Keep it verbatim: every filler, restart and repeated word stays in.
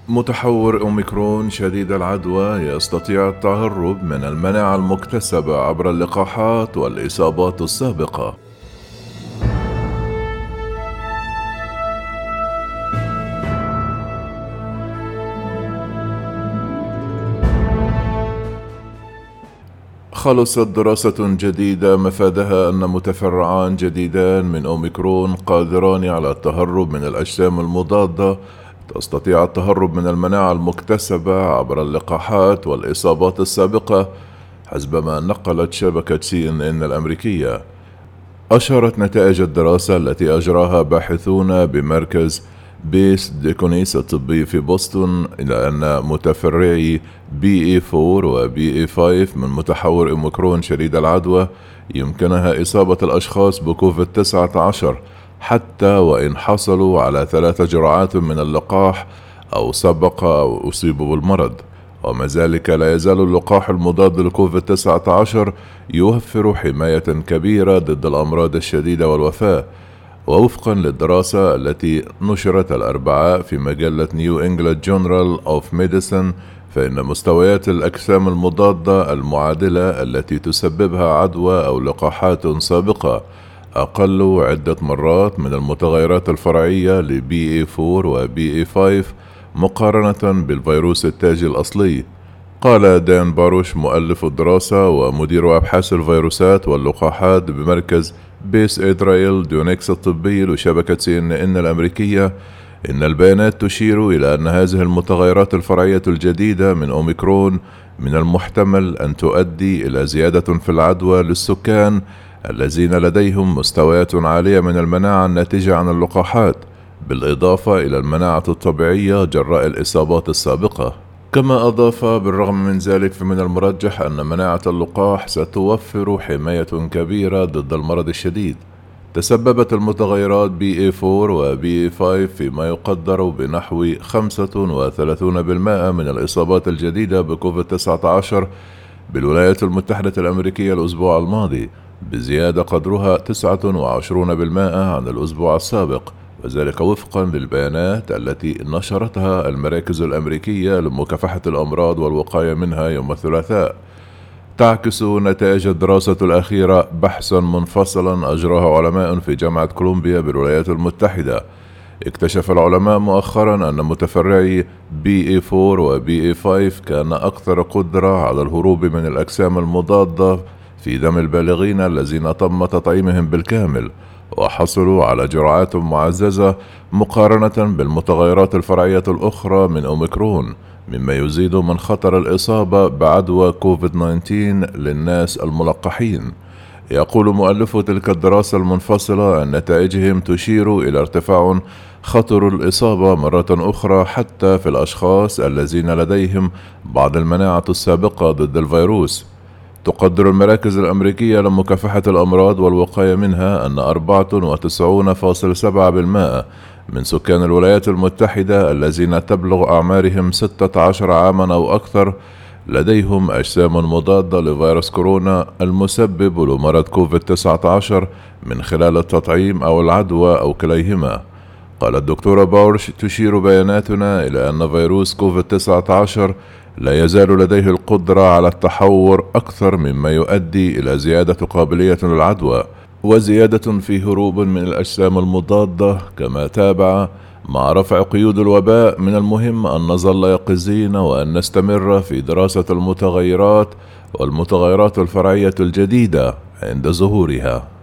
متحور أوميكرون شديد العدوى يستطيع التهرب من المناعة المكتسبة عبر اللقاحات والإصابات السابقة. خلصت دراسة جديدة مفادها أن متفرعان جديدان من أوميكرون قادران على التهرب من الأجسام المضادة تستطيع التهرب من المناعة المكتسبة عبر اللقاحات والإصابات السابقة، حسب ما نقلت شبكة سي إن إن الأمريكية. أشارت نتائج الدراسة التي أجراها باحثون بمركز بيس ديكونيس الطبي في بوسطن إلى أن متفرعي بي إي أربعة و بي إي خمسة من متحور أوميكرون شديد العدوى يمكنها إصابة الأشخاص بكوفيد تسعة عشر حتى وإن حصلوا على ثلاث جرعات من اللقاح أو سبق أو أصيبوا بالمرض، ومع ذلك لا يزال اللقاح المضاد لكوفيد تسعة عشر يوفر حماية كبيرة ضد الأمراض الشديدة والوفاة. ووفقا للدراسة التي نشرت الأربعاء في مجلة نيو إنجلاند جورنال أوف ميديسن، فإن مستويات الأجسام المضادة المعادلة التي تسببها عدوى أو لقاحات سابقة أقل عدة مرات من المتغيرات الفرعية ل بي إي أربعة و بي إي خمسة مقارنة بالفيروس التاجي الأصلي. قال دان باروش مؤلف الدراسة ومدير أبحاث الفيروسات واللقاحات بمركز بيس إدرايل ديونكس الطبي لشبكة سي إن إن الأمريكية، إن البيانات تشير إلى أن هذه المتغيرات الفرعية الجديدة من أوميكرون من المحتمل أن تؤدي إلى زيادة في العدوى للسكان الذين لديهم مستويات عالية من المناعة الناتجة عن اللقاحات، بالإضافة إلى المناعة الطبيعية جراء الإصابات السابقة. كما أضاف: بالرغم من ذلك فمن المرجح أن مناعة اللقاح ستوفر حماية كبيرة ضد المرض الشديد. تسببت المتغيرات بي إي أربعة و بي إي خمسة فيما يقدر بنحو خمسة وثلاثين بالمئة من الإصابات الجديدة بكوفيد تسعة عشر بالولايات المتحدة الأمريكية الأسبوع الماضي، بزيادة قدرها تسعة وعشرين بالمئة عن الأسبوع السابق، وذلك وفقا للبيانات التي نشرتها المراكز الأمريكية لمكافحة الأمراض والوقاية منها يوم الثلاثاء. تعكس نتائج الدراسة الأخيرة بحثا منفصلا أجراه علماء في جامعة كولومبيا بالولايات المتحدة. اكتشف العلماء مؤخرا أن متفرعي بي إي أربعة و بي إي خمسة كان أكثر قدرة على الهروب من الأجسام المضادة في دم البالغين الذين تم تطعيمهم بالكامل وحصلوا على جرعات معززة مقارنة بالمتغيرات الفرعية الأخرى من أوميكرون، مما يزيد من خطر الإصابة بعدوى كوفيد تسعة عشر للناس الملقحين. يقول مؤلف تلك الدراسة المنفصلة أن نتائجهم تشير إلى ارتفاع خطر الإصابة مرة أخرى حتى في الأشخاص الذين لديهم بعض المناعة السابقة ضد الفيروس. تقدر المراكز الأمريكية لمكافحة الأمراض والوقاية منها أن أربعة وتسعين فاصلة سبعة بالمئة من سكان الولايات المتحدة الذين تبلغ أعمارهم ستة عشر عاما أو أكثر لديهم أجسام مضادة لفيروس كورونا المسبب لمرض كوفيد تسعة عشر من خلال التطعيم أو العدوى أو كليهما. قال الدكتورة باورش: تشير بياناتنا إلى أن فيروس كوفيد تسعة عشر لا يزال لديه القدرة على التحور أكثر مما يؤدي إلى زيادة قابلية للعدوى وزيادة في هروب من الأجسام المضادة. كما تابع: مع رفع قيود الوباء من المهم أن نظل يقظين وأن نستمر في دراسة المتغيرات والمتغيرات الفرعية الجديدة عند ظهورها.